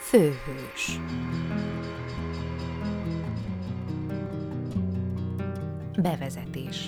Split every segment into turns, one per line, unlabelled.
Főhős. Bevezetés.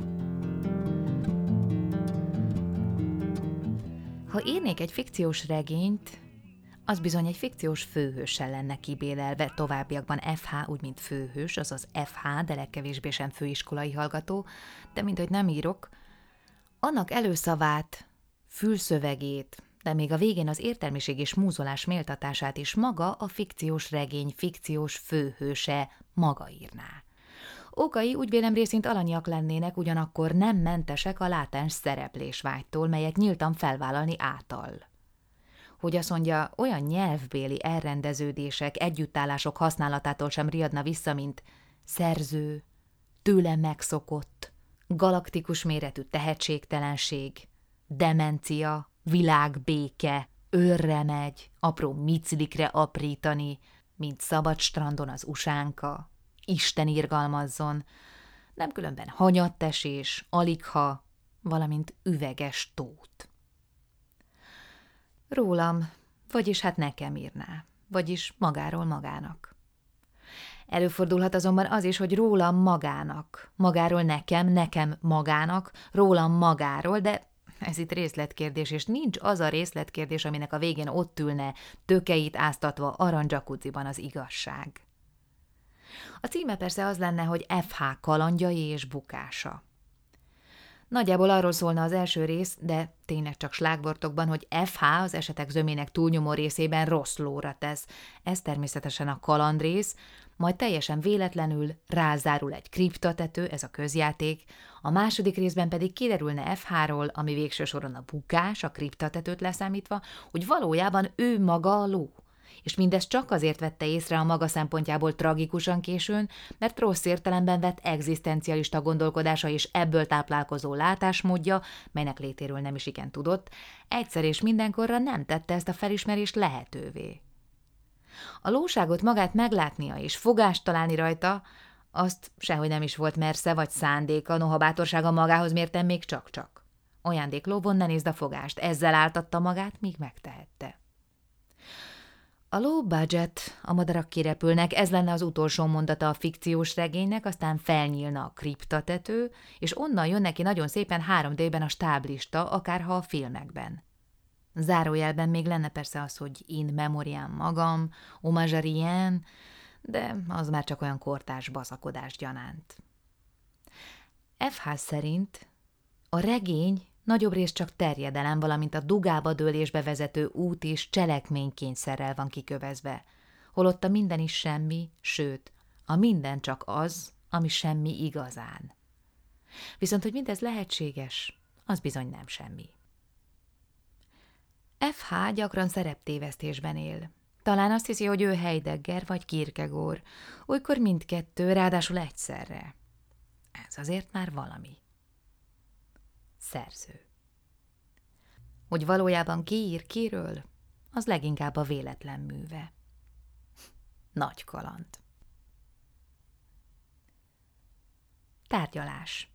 Ha írnék egy fikciós regényt, az bizony egy fikciós főhőssel lenne kibélelve, továbbiakban FH, úgy mint főhős, azaz FH, de legkevésbé sem főiskolai hallgató, de mindegy nem írok, annak előszavát, fülszövegét, de még a végén az értelmiség és múzolás méltatását is maga a fikciós regény fikciós főhőse maga írná. Okai úgy vélem részint alanyiak lennének, ugyanakkor nem mentesek a látens szereplésvágytól, melyet nyíltan felvállalni által. Hogy azt mondja, olyan nyelvbéli elrendeződések, együttállások használatától sem riadna vissza, mint szerző, tőle megszokott, galaktikus méretű tehetségtelenség, demencia, világbéke, őrre megy, apró miclikre aprítani, mint szabad strandon az usánka, Isten irgalmazzon, nem különben hanyattesés, aligha, valamint üveges tót. Rólam, vagyis hát nekem írná, vagyis magáról magának. Előfordulhat azonban az is, hogy rólam magának, magáról nekem magának, rólam magáról, de ez itt részletkérdés, és nincs az a részletkérdés, aminek a végén ott ülne, tökeit áztatva aranydzsakuziban az igazság. A címe persze az lenne, hogy FH kalandjai és bukása. Nagyjából arról szólna az első rész, de tényleg csak slágvortokban, hogy FH az esetek zömének túlnyomó részében rossz lóra tesz. Ez természetesen a kalandrész, majd teljesen véletlenül rázárul egy kriptatető, ez a közjáték, a második részben pedig kiderülne FH-ról, ami végső soron a bukás, a kriptatetőt leszámítva, hogy valójában ő maga a ló. És mindezt csak azért vette észre a maga szempontjából tragikusan későn, mert rossz értelemben vett egzisztencialista gondolkodása és ebből táplálkozó látásmódja, melynek létéről nem is igen tudott, egyszer és mindenkorra nem tette ezt a felismerést lehetővé. A lóságot magát meglátnia és fogást találni rajta, azt sehogy nem is volt mersze vagy szándéka, noha bátorsága magához mérten még csak-csak. Ajándéklóvon ne nézd a fogást, ezzel áltatta magát, míg megtehette. A low budget, a madarak kirepülnek, ez lenne az utolsó mondata a fikciós regénynek, aztán felnyílna a kriptatető, és onnan jön neki nagyon szépen 3D-ben a stáblista, akárha a filmekben. Zárójelben még lenne persze az, hogy in memoriam magam, hommage à rien, de az már csak olyan kortárs baszakodás gyanánt. FH szerint a regény nagyobb rész csak terjedelem, valamint a dugába dőlésbe vezető út és cselekménykényszerrel van kikövezve, holott a minden is semmi, sőt, a minden csak az, ami semmi igazán. Viszont, hogy mindez lehetséges, az bizony nem semmi. FH gyakran szereptévesztésben él. Talán azt hiszi, hogy ő Heidegger vagy Kierkegaard, olykor mindkettő, ráadásul egyszerre. Ez azért már valami. Szerző. Hogy valójában ki ír kiről, az leginkább a véletlen műve. Nagy kaland. Tárgyalás.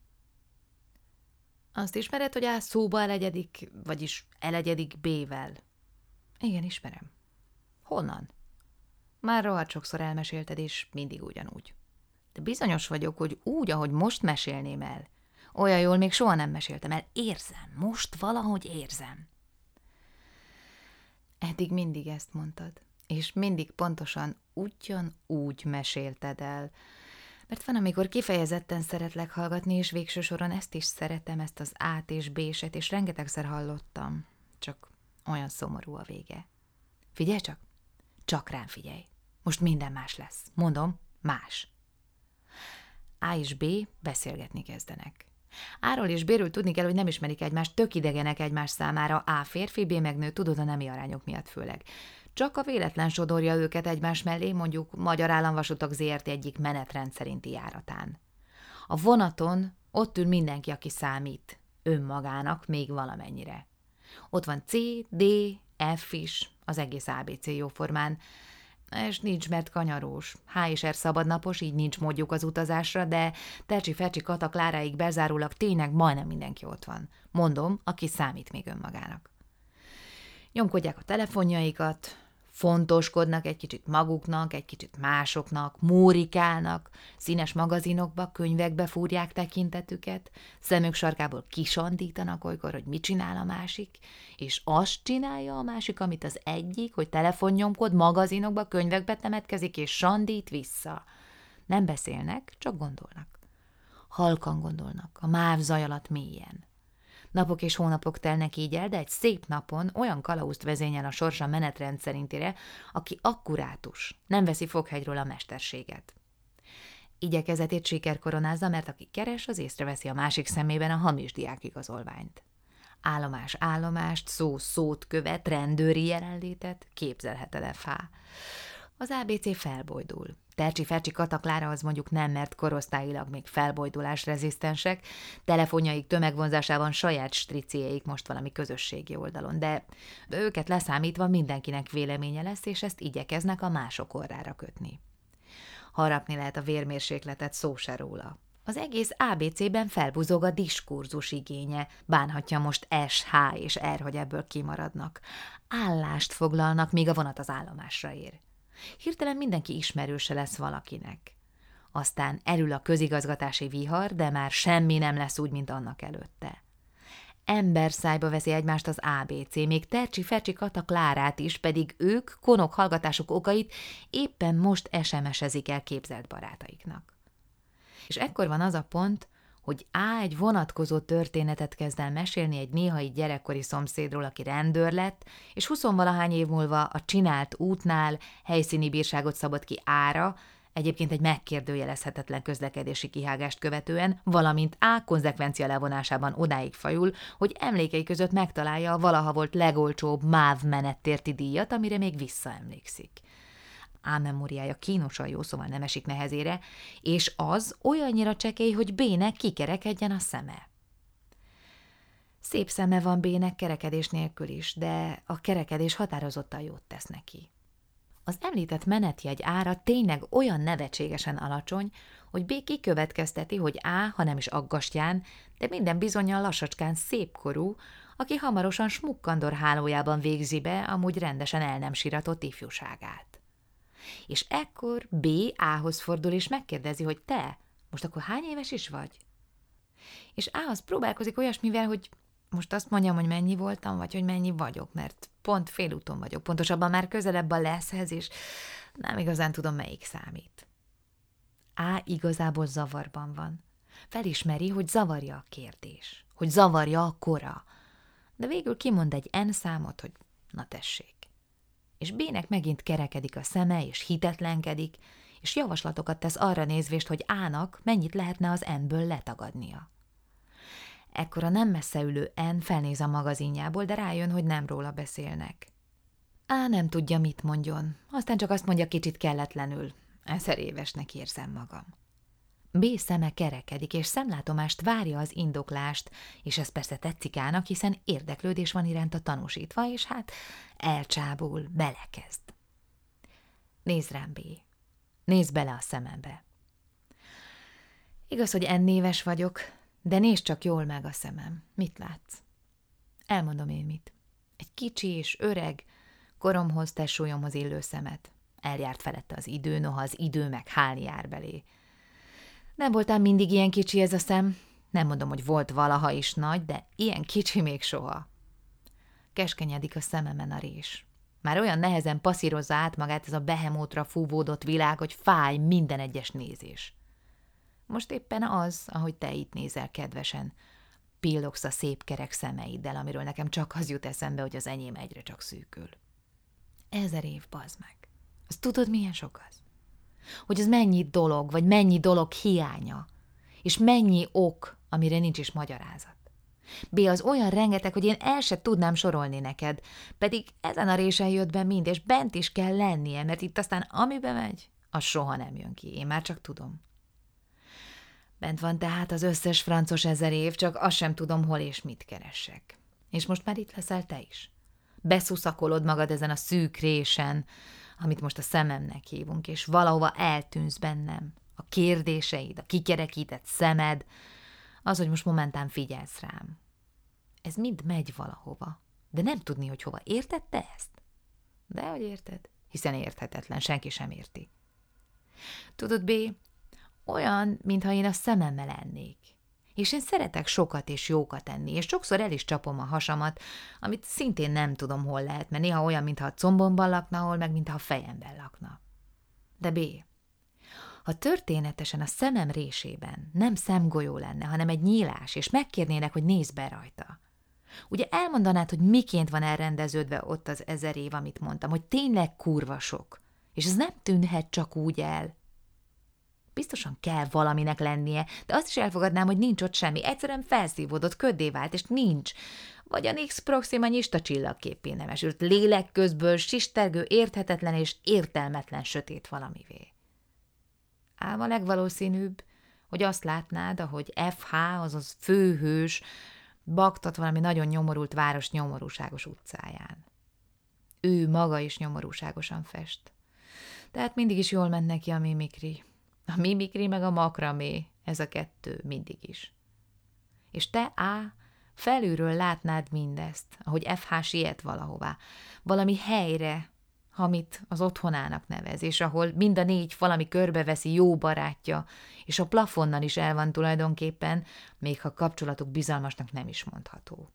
Azt ismered, hogy A szóba elegyedik, vagyis elegyedik B-vel? Igen, ismerem. Honnan? Már rohadt sokszor elmesélted, és mindig ugyanúgy. De bizonyos vagyok, hogy úgy, ahogy most mesélném el, olyan jól még soha nem meséltem el. Érzem, most valahogy érzem. Eddig mindig ezt mondtad, és mindig pontosan ugyanúgy mesélted el, mert van, amikor kifejezetten szeretlek hallgatni, és végső soron ezt is szeretem, ezt az át és béset, és rengetegszer hallottam, csak olyan szomorú a vége. Figyelj csak rám figyelj. Most minden más lesz. Mondom, más. A és B beszélgetni kezdenek. A-ról és B-ről tudni kell, hogy nem ismerik egymást, tök idegenek egymás számára, A férfi, B meg nő, tudod, a nemi arányok miatt főleg. Csak a véletlen sodorja őket egymás mellé, mondjuk Magyar Államvasutak Zrt. Egyik menetrend szerinti járatán. A vonaton ott ül mindenki, aki számít, önmagának még valamennyire. Ott van C, D, F is, az egész ABC jóformán, és nincs, mert kanyarós. H és R szabadnapos, így nincs módjuk az utazásra, de Tercsi-Fercsi Kata Kláráig bezárólag tényleg majdnem mindenki ott van. Mondom, aki számít még önmagának. Nyomkodják a telefonjaikat, Fontoskodnak egy kicsit maguknak, egy kicsit másoknak, mórikálnak, színes magazinokba, könyvekbe fúrják tekintetüket, szemük sarkából kisandítanak olykor, hogy mit csinál a másik, és azt csinálja a másik, amit az egyik, hogy telefonnyomkod, magazinokba, könyvekbe temetkezik, és sandít vissza. Nem beszélnek, csak gondolnak. Halkan gondolnak, a máv zaj alatt mélyen. Napok és hónapok telnek így el, de egy szép napon olyan kalauzt vezényel a sorsa menetrend szerintire, aki akkurátus, nem veszi foghegyről a mesterséget. Igyekezetét siker koronázza, mert aki keres, az észreveszi a másik szemében a hamis diákigazolványt. Állomást, szó-szót követ, rendőri jelenlétet, képzelheted F.H. Az ABC felbojdul. Tercsi-fercsi Kataklára az mondjuk nem, mert korosztályilag még felbojdulás rezisztensek, telefonjaik tömegvonzásában saját striciéik most valami közösségi oldalon, de őket leszámítva mindenkinek véleménye lesz, és ezt igyekeznek a mások orrára kötni. Harapni lehet a vérmérsékletet, szó se róla. Az egész ABC-ben felbuzog a diskurzus igénye, bánhatja most S, H és R, hogy ebből kimaradnak. Állást foglalnak, míg a vonat az állomásra ér. Hirtelen mindenki ismerőse lesz valakinek. Aztán elül a közigazgatási vihar, de már semmi nem lesz úgy, mint annak előtte. Emberszájba veszi egymást az ABC, még Tercsi-Fercsi Kata Klárát is, pedig ők konok hallgatásuk okait éppen most SMS-ezik el képzelt barátaiknak. És ekkor van az a pont, hogy A egy vonatkozó történetet kezd el mesélni egy néhai gyerekkori szomszédról, aki rendőr lett, és 20-valahány év múlva a csinált útnál helyszíni bírságot szabott ki A-ra, egyébként egy megkérdőjelezhetetlen közlekedési kihágást követően, valamint A konzekvencia levonásában odáig fajul, hogy emlékei között megtalálja a valaha volt legolcsóbb MÁV menettérti díjat, amire még visszaemlékszik. A memóriája kínosan jó, szóval nem esik nehezére, és az olyannyira csekély, hogy B-nek kikerekedjen a szeme. Szép szeme van B-nek kerekedés nélkül is, de a kerekedés határozottan jót tesz neki. Az említett menetjegy ára tényleg olyan nevetségesen alacsony, hogy B kikövetkezteti, hogy A, ha nem is aggastyán, de minden bizonnyal lassacskán szépkorú, aki hamarosan smukkandor hálójában végzi be amúgy rendesen el nem síratott ifjúságát. És ekkor B A-hoz fordul, és megkérdezi, hogy te, most akkor hány éves is vagy? És A-hoz próbálkozik olyasmivel, hogy most azt mondjam, hogy mennyi voltam, vagy hogy mennyi vagyok, mert pont félúton vagyok, pontosabban már közelebb a leszhez, és nem igazán tudom, melyik számít. A igazából zavarban van. Felismeri, hogy zavarja a kérdés, hogy zavarja a kora, de végül kimond egy N számot, hogy na tessék. És B-nek megint kerekedik a szeme, és hitetlenkedik, és javaslatokat tesz arra nézvést, hogy A-nak mennyit lehetne az N-ből letagadnia. Ekkor a nem messze ülő N felnéz a magazinjából, de rájön, hogy nem róla beszélnek. A nem tudja, mit mondjon, aztán csak azt mondja kicsit kelletlenül. 1000 évesnek érzem magam. B szeme kerekedik, és szemlátomást várja az indoklást, és ez persze tetszik Ának, hiszen érdeklődés van iránta tanúsítva, és hát elcsábul, belekezd. Nézd rám, B. Nézd bele a szemembe. Igaz, hogy N éves vagyok, de nézd csak jól meg a szemem. Mit látsz? Elmondom én mit. Egy kicsi és öreg, koromhoz, testsúlyomhoz illő szemet. Eljárt felette az idő, noha az idő meg hálni jár belé. Nem voltál mindig ilyen kicsi ez a szem, nem mondom, hogy volt valaha is nagy, de ilyen kicsi még soha. Keskenyedik a szememen a rés. Már olyan nehezen passzírozza át magát ez a behemótra fúvódott világ, hogy fáj minden egyes nézés. Most éppen az, ahogy te itt nézel kedvesen, pillogsz a szép kerek szemeiddel, amiről nekem csak az jut eszembe, hogy az enyém egyre csak szűkül. 1000 év, bazd meg. Azt tudod, milyen sok az? Hogy az mennyi dolog, vagy mennyi dolog hiánya, és mennyi ok, amire nincs is magyarázat. B az olyan rengeteg, hogy én el se tudnám sorolni neked, pedig ezen a résen jött be mind, és bent is kell lennie, mert itt aztán amibe megy, az soha nem jön ki, én már csak tudom. Bent van tehát az összes francos 1000 év, csak azt sem tudom, hol és mit keressek. És most már itt leszel te is. Beszuszakolod magad ezen a szűk résen, amit most a szememnek hívunk, és valahova eltűnsz bennem. A kérdéseid, a kikerekített szemed, az, hogy most momentán figyelsz rám. Ez mind megy valahova, de nem tudni, hogy hova. Érted te ezt? Dehogy érted? Hiszen érthetetlen, senki sem érti. Tudod, B, olyan, mintha én a szememmel ennék. És én szeretek sokat és jókat enni, és sokszor el is csapom a hasamat, amit szintén nem tudom, hol lehet, mert néha olyan, mintha a combomban lakna, hol meg mintha a fejemben lakna. De B, ha történetesen a szemem résében nem szemgolyó lenne, hanem egy nyílás, és megkérnének, hogy nézz be rajta. Ugye elmondanád, hogy miként van elrendeződve ott az 1000 év, amit mondtam, hogy tényleg kurva sok, és ez nem tűnhet csak úgy el. Biztosan kell valaminek lennie, de azt is elfogadnám, hogy nincs ott semmi, egyszerűen felszívódott, köddé vált, és nincs. Vagy a Nix Proxima nyista csillagképé nem esült, lélek közből sistergő, érthetetlen és értelmetlen sötét valamivé. Ám a legvalószínűbb, hogy azt látnád, ahogy FH, azaz főhős, baktat valami nagyon nyomorult város nyomorúságos utcáján. Ő maga is nyomorúságosan fest. Tehát mindig is jól ment neki a mimikri. A mimikri meg a makramé, ez a kettő mindig is. És te, A, felülről látnád mindezt, ahogy FH siet valahová, valami helyre, amit az otthonának nevez, és ahol mind a 4 valami körbeveszi jó barátja, és a plafonnal is el van tulajdonképpen, még ha kapcsolatuk bizalmasnak nem is mondható.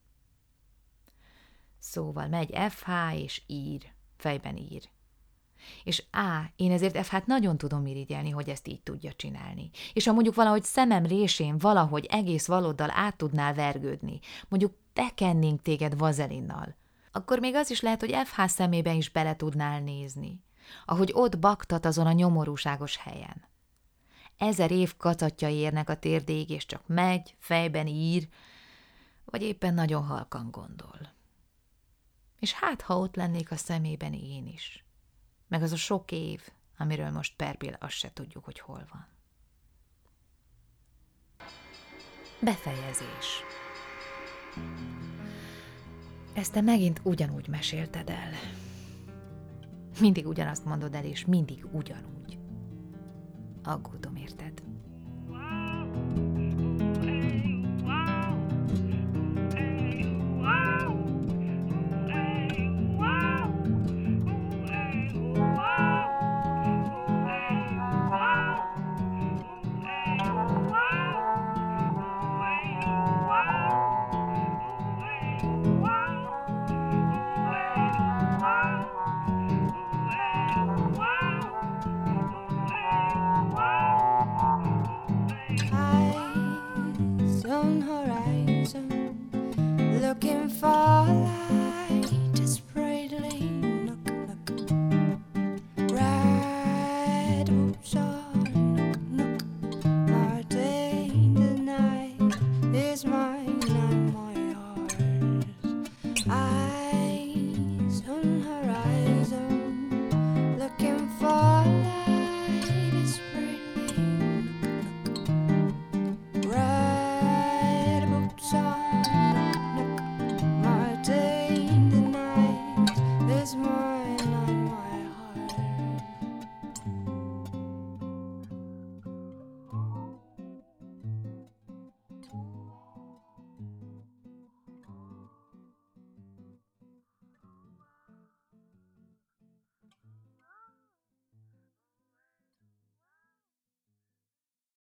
Szóval megy FH és ír, fejben ír. És én ezért FH-t nagyon tudom irigyelni, hogy ezt így tudja csinálni. És ha mondjuk valahogy szemem résén valahogy egész valóddal át tudnál vergődni, mondjuk bekennénk téged vazelinnal, akkor még az is lehet, hogy FH szemébe is bele tudnál nézni, ahogy ott baktat azon a nyomorúságos helyen. 1000 év kacatjai érnek a térdéig, és csak megy, fejben ír, vagy éppen nagyon halkan gondol. És hát, ha ott lennék a szemében én is, meg az a sok év, amiről most perbil azt se tudjuk, hogy hol van. Befejezés. Ezt te megint ugyanúgy mesélted el. Mindig ugyanazt mondod el, és mindig ugyanúgy. Aggódom, érted?
Looking for light to spread look, red boots on, look, my day the night is mine and my heart.